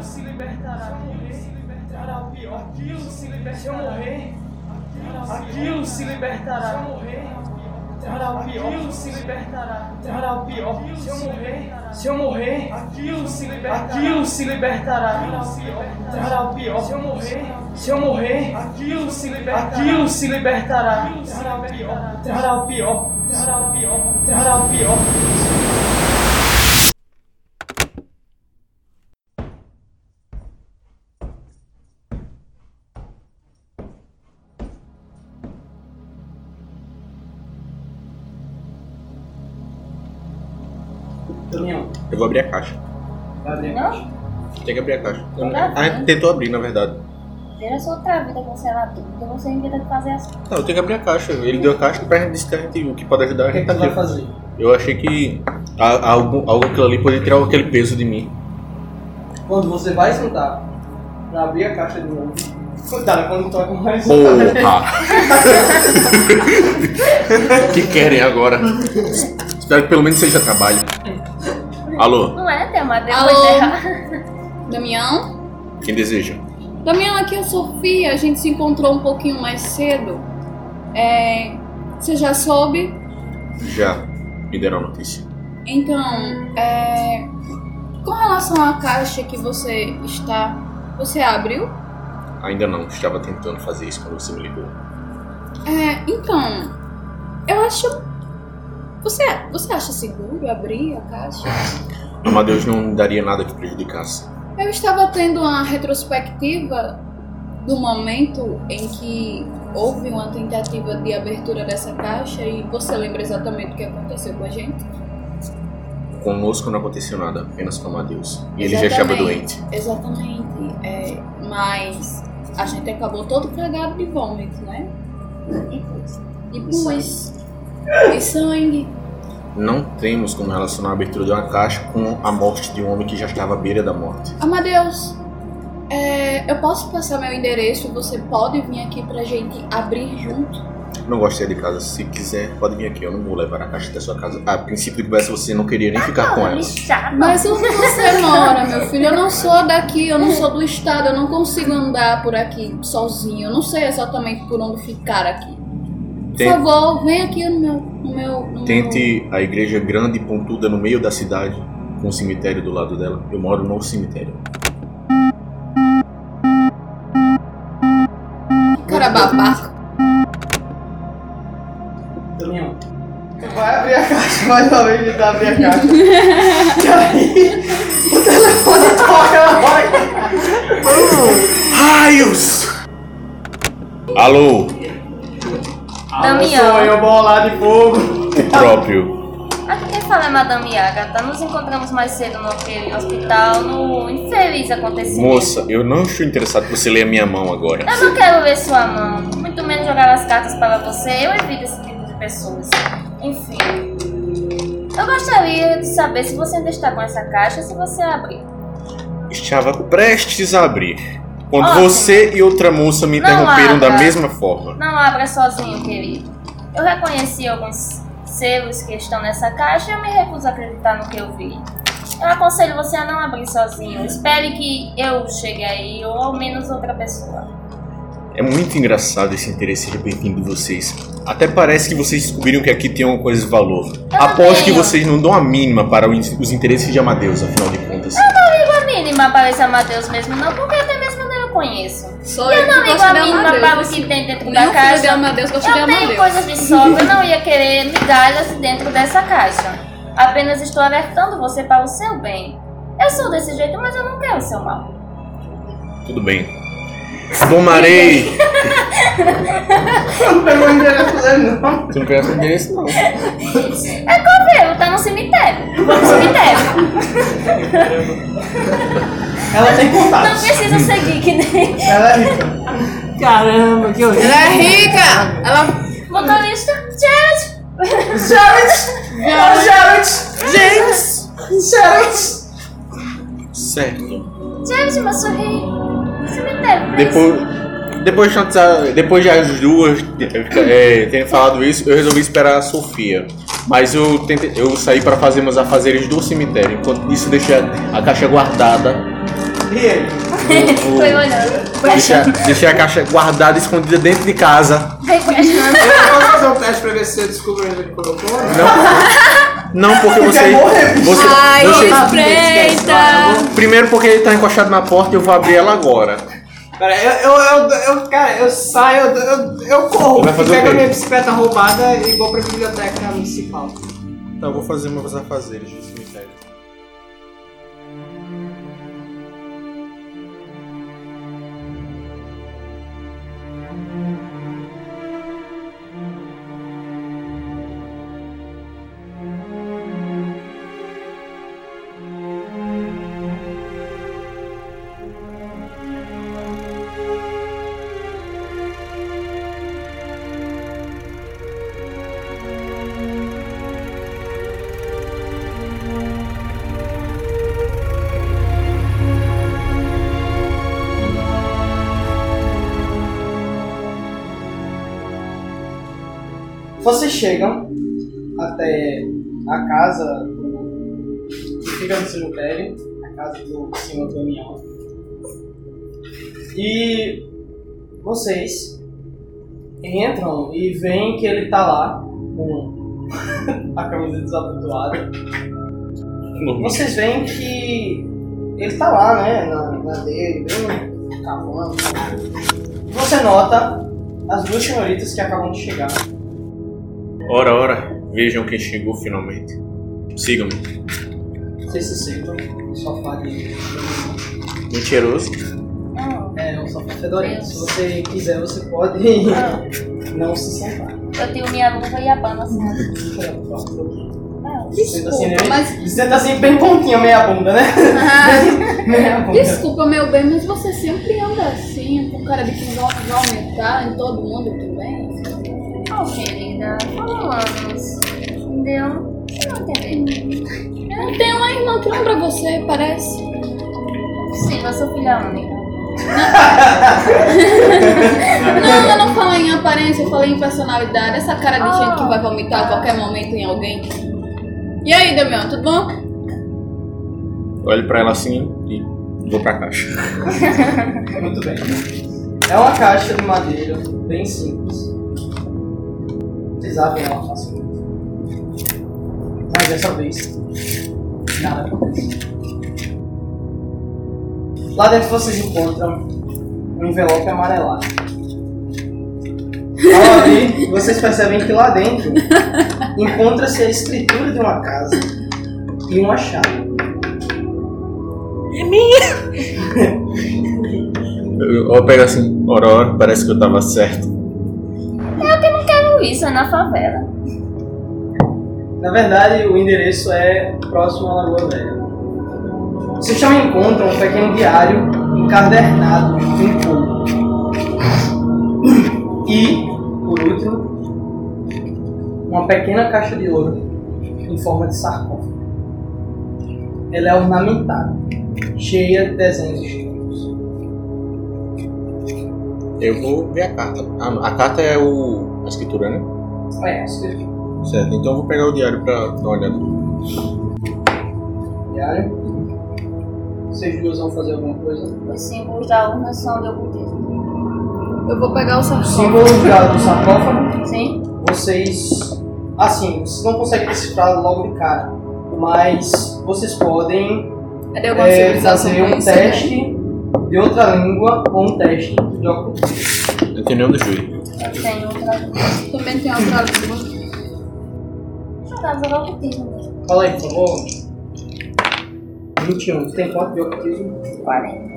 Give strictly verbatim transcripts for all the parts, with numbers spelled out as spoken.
aquilo se libertará. Trará o pior. Aquilo se libertará. Se eu morrer, aquilo se libertará. Se eu morrer, trará o pior. Aquilo se libertará. Trará o pior. Se eu morrer, se eu morrer, aquilo se libertará. Aquilo se libertará. Trará o pior. Se eu morrer, se eu morrer, aquilo se libertará. Aquilo se libertará. Trará o pior. Trará o pior. Trará o pior. Trará o pior. Eu vou abrir a caixa. Vai abrir a caixa? Tem que abrir a caixa. Eu não... Tá Ah, tentou abrir, na verdade. Era sua outra vida com o selador, porque você inventa de fazer assim. Não, eu tenho que abrir a caixa. Ele deu a caixa pra gente disse que a gente, o que pode ajudar a gente tá vai aqui. fazer? Eu achei que a, a, algo, algo aquilo ali poderia tirar aquele peso de mim. Quando você vai sentar pra abrir a caixa de novo, cuidado quando toca mais Porra! O que querem agora? Espero que pelo menos seja trabalho. Alô? Não é, tem uma Alô? depois errar. Damião? Quem deseja? Damião, aqui é a Sofia. A gente se encontrou um pouquinho mais cedo. É... Você já soube? Já me deram a notícia. Então, é... com relação à caixa que você está... Você abriu? Ainda não, estava tentando fazer isso quando você me ligou. É, então... Eu acho... Você, você acha seguro abrir a caixa? Amadeus não daria nada que prejudicasse. Eu estava tendo uma retrospectiva do momento em que houve uma tentativa de abertura dessa caixa e você lembra exatamente o que aconteceu com a gente? Conosco não aconteceu nada, apenas com Amadeus. E ele já estava doente. Exatamente. É, mas a gente acabou todo cagado de vômito, né? E pus. E sangue. Não temos como relacionar a abertura de uma caixa com a morte de um homem que já estava à beira da morte. Amadeus, é, eu posso passar meu endereço? Você pode vir aqui pra gente abrir junto? Não gosto de sair de casa. Se quiser, pode vir aqui. Eu não vou levar a caixa até sua casa. A princípio de conversa, você não queria nem ficar com ela. Mas onde você mora, meu filho? Eu não sou daqui, eu não sou do estado, eu não consigo andar por aqui sozinho. Eu não sei exatamente por onde ficar aqui. Por Tem- favor, vem aqui no meu... No meu no Tente a igreja grande e pontuda no meio da cidade, com o cemitério do lado dela. Eu moro no cemitério. meu... Cara babaca. Damião, vai abrir a caixa, mais uma vez tentar abrir a caixa. E aí, o telefone toca na hora. Raios! Alô? Damião. Alô, sou eu, bola de fogo. O próprio. Aqui quem fala é Madame Agatha. Nos encontramos mais cedo no aquele hospital, no infeliz acontecimento. Moça, eu não estou interessado que você leia minha mão agora. Eu não quero ver sua mão, muito menos jogar as cartas para você. Eu evito esse tipo de pessoas. Enfim, eu gostaria de saber se você ainda está com essa caixa, se você abrir. Estava prestes a abrir. Quando Ótimo. você e outra moça me Não interromperam da abra. mesma forma. Não abra sozinho, querido. Eu reconheci alguns selos que estão nessa caixa e eu me recuso a acreditar no que eu vi. Eu aconselho você a não abrir sozinho. Espere que eu chegue aí, ou ao menos outra pessoa. É muito engraçado esse interesse repentino de vocês. Até parece que vocês descobriram que aqui tem uma coisa de valor. Eu Aposto que tenho. vocês não dão a mínima para os interesses de Amadeus, afinal de contas. Eu não ligo a mínima para esse Amadeus mesmo não, porque até mesmo eu não eu conheço. Sou Eu eu não que ligo gosto a de mínima Amadeus. para o que tem dentro Nem da o filho de caixa. Amadeus gosta de Eu tenho Amadeus. coisas de sobra, eu não ia querer migalhas dentro dessa caixa. Apenas estou alertando você para o seu bem. Eu sou desse jeito, mas eu não quero o seu mal. Tudo bem. Tomarei. Não pegou o endereço dele, não. Você não pega seu endereço, não. É coveiro, tá no cemitério. Vou no cemitério. Ela tem Não contatos. precisa seguir que nem Ela é rica. Caramba, que horrível. Ela é rica! Ela... motorista. Jared! Jared! Jared! James! Jared! Certo. Jared, meu sorriso. Cemitério. Depois, depois, de antes- depois de as duas é, terem falado isso, eu resolvi esperar a Sofia. Mas eu, tentei, eu saí para fazer meus afazeres do cemitério. Enquanto isso, deixei a, a caixa guardada E ele? Foi olhando. Deixei, deixei a caixa guardada, escondida dentro de casa. Vem questionando. Eu posso fazer um teste pra ver se você descobre onde ele colocou? Não, não porque você. você, Ai, você espreita! primeiro porque ele tá encostado na porta e eu vou abrir ela agora. Pera, eu, eu, eu, eu, cara, eu saio, eu, eu, eu corro, Vai fazer pego o quê? a minha bicicleta roubada e vou pra biblioteca municipal. Então eu vou fazer meus afazeres do cemitério. Vocês chegam até a casa que fica no cemitério, a casa do senhor Damião. E vocês entram e veem que ele tá lá com a camisa desabotoada. Vocês veem que ele tá lá, né, na, na dele, bem cavando. E você nota as duas senhoritas que acabam de chegar. Ora, ora, vejam quem chegou finalmente. Sigam-me. Vocês se sentam no sofá de... Muito cheiroso. É, um sofá fedorento. Se você quiser, você pode não se sentar. Eu tenho minha luva e a banda assim. Senta assim, né? mas... Senta assim bem pontinho, meia bunda, né? Meia bunda. Desculpa, meu bem, mas você sempre anda assim, com cara de que vai aumentar em todo mundo também? Oh, querida, falamos. Entendeu? Você não entendeu. Eu tenho uma irmã que lembra você, parece. Sim, eu sou filha única. Não, eu não falei em aparência, eu falei em personalidade. Essa cara de gente que Oh. vai vomitar a qualquer momento em alguém. E aí, Damião, tudo bom? Olho pra ela assim e vou pra caixa. Muito bem. É uma caixa de madeira, bem simples. Vocês abrem ela facilmente. Mas dessa vez, nada acontece. Lá dentro vocês encontram um envelope amarelado. Ao abrir, vocês percebem que lá dentro encontra-se a escritura de uma casa e uma chave. Eu, eu pego assim, ora, ora, parece que eu tava certo. Eu que não quero isso, é na favela. Na verdade, o endereço é próximo à Lagoa Velha. Vocês também encontram um pequeno diário encadernado em couro. E, por último, uma pequena caixa de ouro em forma de sarcófago. Ela é ornamentada, cheia de desenhos históricos. Eu vou ver a carta. A, a carta é o, a escritura, né? É, escrevi. Certo, então eu vou pegar o diário pra dar uma olhada. Diário. Vocês duas vão fazer alguma coisa? Os símbolos da urna são de ocultismo. Eu vou pegar o O sarcófago. símbolo do sarcófago, Sim? vocês... Assim, vocês não conseguem decifrar logo de cara. Mas vocês podem É de alguma é, civilização fazer um conhecida? teste de outra língua ou um teste de ocultismo. Eu tenho nenhum dos dois. Eu tenho outra. Também tem outra língua. Jogar jogar ocultismo mesmo. Fala aí, por favor. vinte e um. Tem quanto de ocultismo? quarenta.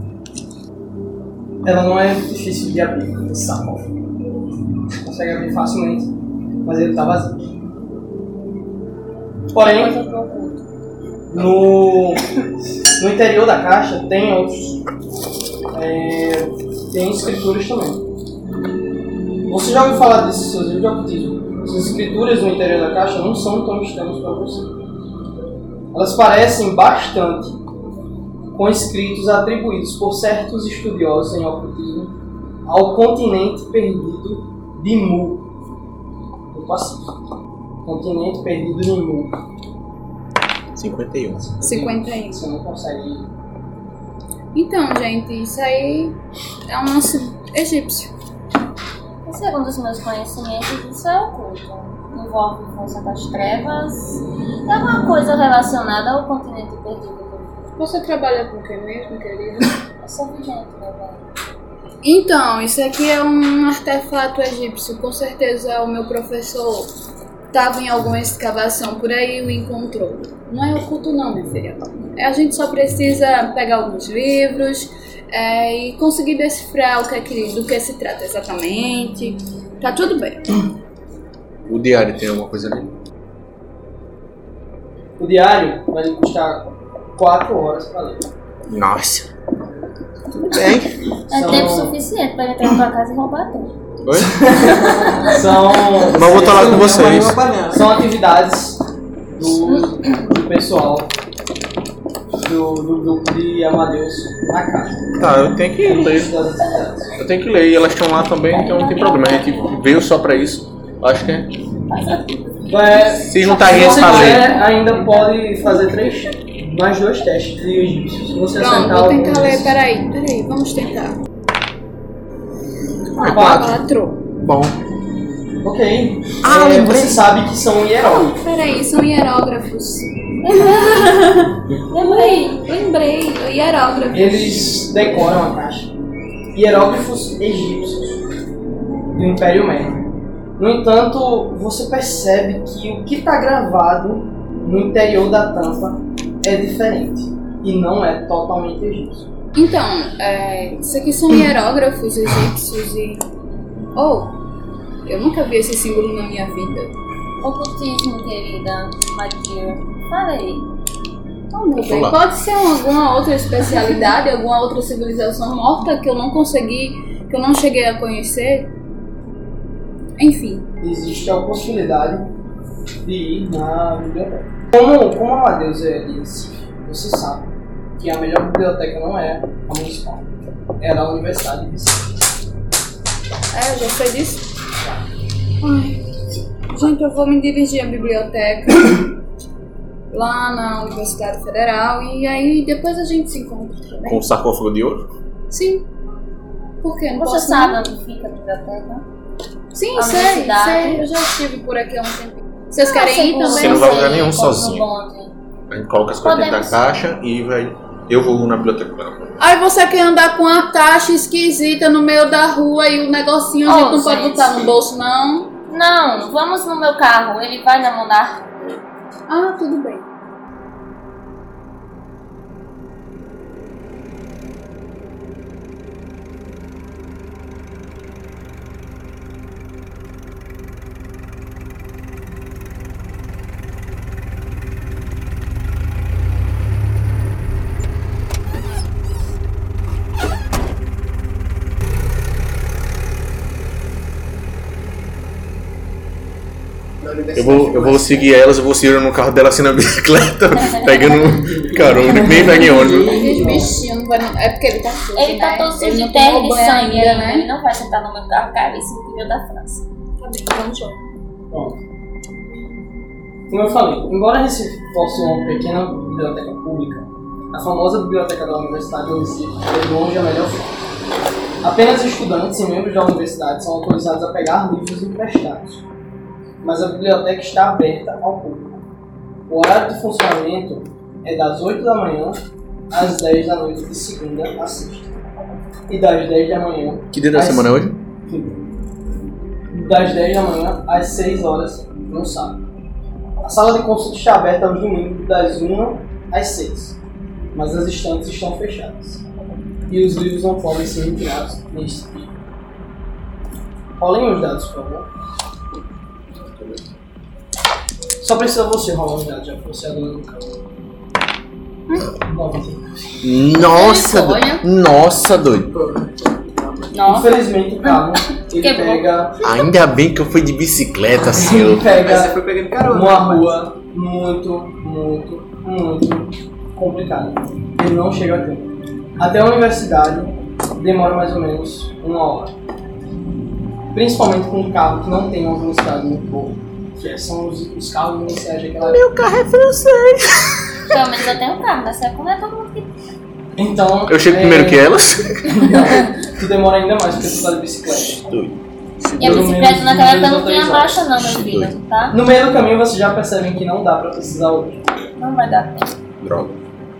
Ela não é difícil de abrir, esse sarcófago. Você consegue abrir facilmente, mas ele tá vazio. Porém, Coisa do oculto. no, no interior da caixa tem outros. É, tem escrituras também. Você já ouviu falar desses seus livros de ocultismo? As escrituras no interior da caixa não são tão estranhas para você. Elas parecem bastante com escritos atribuídos por certos estudiosos em ocultismo ao continente perdido de Mu, do Pacífico. Continente perdido de Mu. cinquenta e um. cinquenta e um. Você não consegue Então, gente, isso aí é um nosso egípcio. E segundo os meus conhecimentos, isso é oculto. Envolve força das trevas e alguma coisa relacionada ao continente perdido. Você trabalha com o que mesmo, querida? Eu sou vigente, meu bem. Então, isso aqui é um artefato egípcio. Com certeza o meu professor estava em alguma escavação por aí e o encontrou. Não é oculto não, minha filha. A gente só precisa pegar alguns livros é, e conseguir decifrar o que é que, do que se trata exatamente. Tá tudo bem. O diário tem alguma coisa ali? O diário vai lhe custar quatro horas pra ler. Nossa. Tudo bem. É São- tempo suficiente pra entrar na tua casa e roubar tudo. Oi? São. Mas eu vou estar lá com vocês. São atividades do, do pessoal do, do grupo de Amadeus na casa. Tá, eu tenho que ler. Das atividades. Eu tenho que ler e elas estão lá também, então não tem problema. A gente veio só pra isso. Acho que é. É, Se juntar se gente você pra quiser, ler. ainda pode fazer três, mais dois testes de egípcio. Se você Pronto, acertar vou algum tentar ler. desses- Peraí, peraí, vamos tentar. Ah, Quatro. Bom. Ok. Ah, É, lembrei. você sabe que são hieróglifos. Peraí, são hierógrafos. Lembrei. Lembrei, hierógrafos. Eles decoram a caixa. Hieróglifos egípcios do Império Médio. No entanto, você percebe que o que está gravado no interior da tampa é diferente e não é totalmente egípcio. Então, é, isso aqui são hierógrafos egípcios e... Oh, eu nunca vi esse símbolo na minha vida. Ocultismo, querida. My dear. Falei. Oh, meu bem, Olá. pode ser alguma outra especialidade, alguma outra civilização morta que eu não consegui, que eu não cheguei a conhecer? Enfim. Existe a possibilidade de ir na biblioteca. Como, como a Amadeus é de Recife, você sabe que a melhor biblioteca não é a municipal, é a da Universidade de Recife. É, eu já sei disso. Ai, gente, eu vou me dirigir à biblioteca lá na Universidade Federal e aí depois a gente se encontra, tá Com bem? o sarcófago de ouro? Sim. Por quê? Não Você posso, sabe não? onde fica a biblioteca? Sim, a sei, universidade? sei. Eu já estive por aqui há um tempinho. Vocês Ah, querem ir seguro, Você também? não vai sei, lugar nenhum encontro sozinho. no bonde. A gente coloca as coisas dentro da Podemos. caixa e vai. Eu vou na biblioteca com ela. Aí você quer andar com uma caixa esquisita no meio da rua e o negocinho a gente Oh, não pode gente. botar no bolso, não? Não, vamos no meu carro. Ele vai na mandar. Ah, tudo bem. Eu vou, eu vou seguir elas, eu vou seguir no carro dela assim na bicicleta, pegando carona, nem pega em ônibus. Gente, bichinho, não vai não. É porque ele tá sujo, Ele tá né? todo sujo Ele de não terra tomou e de banho sangue ainda, ainda. Ele né? não vai sentar no meu carro caríssimo que veio da França. Tá bem, vamos lá. Pronto. Como eu falei, embora Recife fosse uma pequena biblioteca pública, a famosa biblioteca da Universidade de Recife é de longe a melhor feita. Apenas estudantes e membros da universidade são autorizados a pegar livros emprestados, mas a biblioteca está aberta ao público. O horário de funcionamento é das oito da manhã às dez da noite de segunda a sexta, e das dez da manhã Que dia da às- semana é hoje? das dez da manhã às seis horas no sábado. A sala de consulta está aberta aos domingos das uma às seis, mas as estantes estão fechadas e os livros não podem ser retirados neste dia. Rolem os dados, por favor. Só precisa você rolar os dados, já que você é a dona do carro. noventa. Nossa, Olha. do- nossa, doido. Nossa. Infelizmente o carro ele Quebrou. pega, Ainda bem que eu fui de bicicleta, ele senhor. pega foi pegando carona. uma rua muito, muito, muito complicada. Ele não chega a tempo. Até a universidade demora mais ou menos uma hora. Principalmente com um carro que não tem uma velocidade muito boa. Que são os, os carros iniciais daquela época. Meu carro é francês. Pelo menos eu tenho um carro, nessa época não é todo mundo que. Então. Eu chego é... primeiro que elas? Não, tu demora ainda mais porque tu tá de bicicleta. Doido. E a bicicleta naquela época não tinha marcha não, meu filho, tá? No meio do caminho vocês já percebem que não dá pra precisar hoje. Não vai dar tempo. Droga.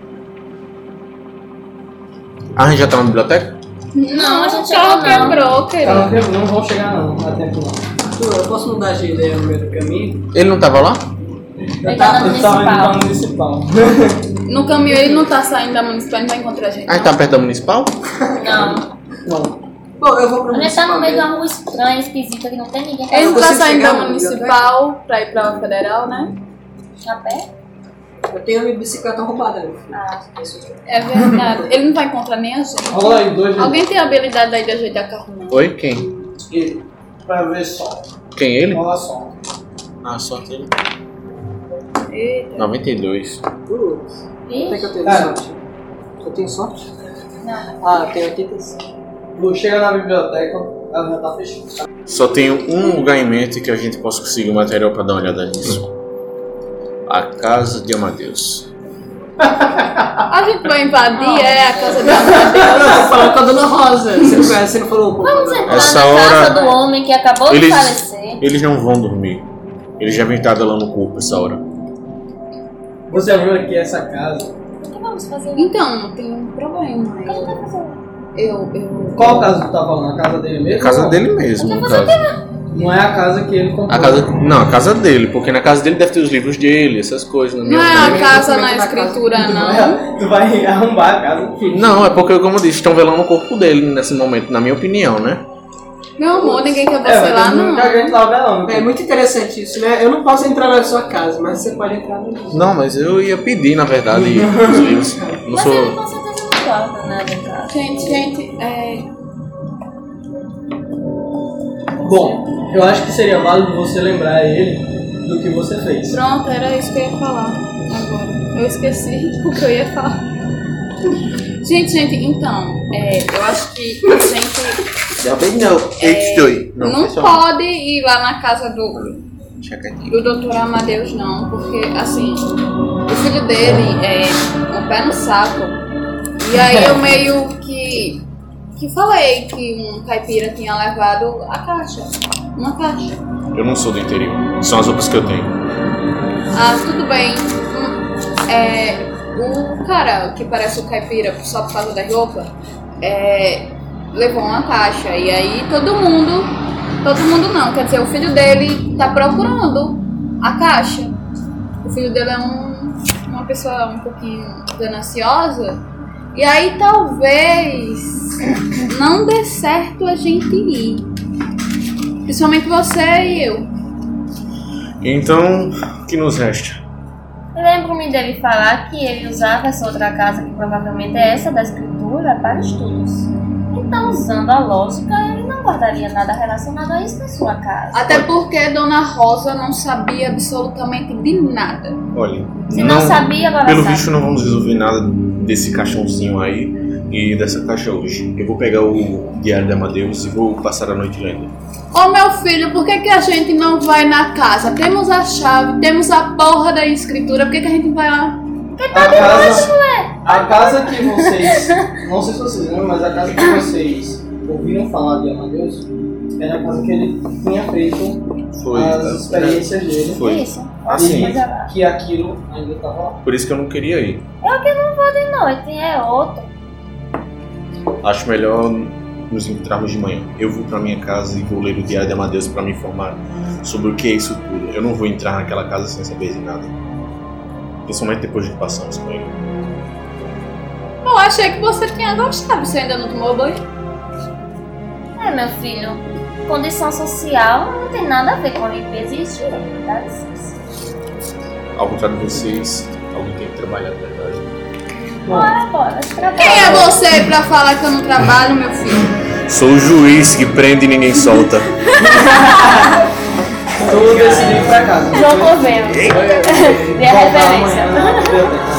Ah, a gente já tá na biblioteca? Não, a gente o carro chegou não. quebrou, Tá, querido. não, quer- não vão chegar não, não dá tempo não. Eu posso mudar de ideia no meio do caminho? Ele não tava lá? Ele tá na Eu tava indo pra municipal. municipal. No caminho ele não tá saindo da municipal, ele não vai encontrar a gente. Ah, ele não. tá perto da municipal? Não. Não. Bom, eu vou pro A gente tá no municipal meio de uma mesmo. rua estranha, esquisita, que não tem ninguém Ele não tá consigo saindo chegar da na municipal pra ir pra federal, né? a pé. Eu tenho a minha bicicleta roubada, meu filho. Ah, É verdade. Ele não vai encontrar nem a gente. Olha aí, dois Alguém tem a habilidade aí de ajeitar carro, não? Oi, quem? e pra ver só. Quem, ele? Olha só. Ah, só tem Eita. noventa e dois. Putz, até que eu tenho Cara. sorte. Eu tenho sorte? não. Ah, eu tenho oitenta e cinco. Vou chegar na biblioteca, ela já tá fechada. Só tenho um lugar em mente que a gente possa conseguir o material pra dar uma olhada nisso. A Casa de Amadeus. A gente vai invadir, é, a casa da Eu não, vou falar com a Dona Rosa. Você não conhece, você não falou um pouco. Vamos da Dona entrar Rosa? Essa na hora- casa do homem que acabou Eles- de falecer. Eles não vão dormir. Eles já vêm estar lá no corpo essa hora. Você lembra que essa casa... O que vamos fazer? Então, tem um problema. O que a gente vai fazer? Eu, eu... Qual casa tu tá falando? A casa dele mesmo? A casa Não. dele mesmo, no caso. Não é a casa que ele comprou. A casa, não, a casa dele, porque na casa dele deve ter os livros dele, essas coisas. Na minha Não é a opinião. casa na documento da casa. escritura, Tu não. vai, tu vai arrombar a casa. Não, é porque, como eu disse, estão velando o corpo dele nesse momento, na minha opinião, né? Meu amor, ninguém quer É, você mas lá, todo mundo não. que a gente tava velando. É muito interessante isso, né? Eu não posso entrar na sua casa, mas você pode entrar no meu. Não, mas eu ia pedir, na verdade, os livros. Não Mas sou. ele com certeza não guarda nada em casa. Gente, gente, é... Bom, eu acho que seria válido você lembrar ele do que você fez. Pronto, era isso que eu ia falar agora. Eu esqueci o que eu ia falar. Gente, gente, então, é, eu acho que a gente Também não. Editoi. não, pode ir lá na casa do, Checa aqui. do doutor Amadeus, não, porque, assim, o filho dele é um pé no saco. E aí eu meio que, que falei que um caipira tinha levado a caixa, uma caixa. Eu não sou do interior. São as roupas que eu tenho. Ah, tudo bem. Hum, É, o cara que parece o caipira só por causa da roupa é, levou uma caixa. E aí todo mundo, todo mundo não, quer dizer, o filho dele tá procurando a caixa. O filho dele é um, uma pessoa um pouquinho gananciosa. E aí talvez não dê certo a gente ir. Principalmente você e eu. Então, o que nos resta? Lembro-me dele falar que ele usava essa outra casa, que provavelmente é essa da escritura, para estudos. Então, usando a lógica, ele não guardaria nada relacionado a isso na sua casa. Até porque Dona Rosa não sabia absolutamente de nada. Olha, Se não, sabia, agora pelo sabe. visto não vamos resolver nada desse caixãozinho aí e dessa caixa hoje. Eu vou pegar o Diário de Amadeus e vou passar a noite lendo. Ô meu filho, por que, que a gente não vai na casa? Temos a chave, temos a porra da escritura, por que, que a gente não vai lá? A casa, a casa que vocês, não sei se vocês lembram, mas a casa que vocês ouviram falar de Amadeus era a casa que ele tinha feito Foi, as tá? experiências dele. Foi. Isso. Assim, E que aquilo ainda estava lá. por isso que eu não queria ir. Eu que não vou de noite, é outro. Acho melhor nos encontrarmos de manhã. Eu vou pra minha casa e vou ler o Diário de Amadeus pra me informar sobre o que é isso tudo. Eu não vou entrar naquela casa sem saber de nada. Principalmente depois de que passamos com ele. Eu achei que você tinha gostado, você ainda não tomou banho? É, meu filho, condição social não tem nada a ver com limpeza e higiene, dá licença. Ao contrário de vocês, alguém tem que trabalhar, na verdade. Bora, bora, se trabalha. Quem é você pra falar que eu não trabalho, meu filho? Sou o juiz que prende e ninguém solta. Tu decidiu ir pra casa. João Coveiro. Dê a Voltar referência. amanhã na biblioteca.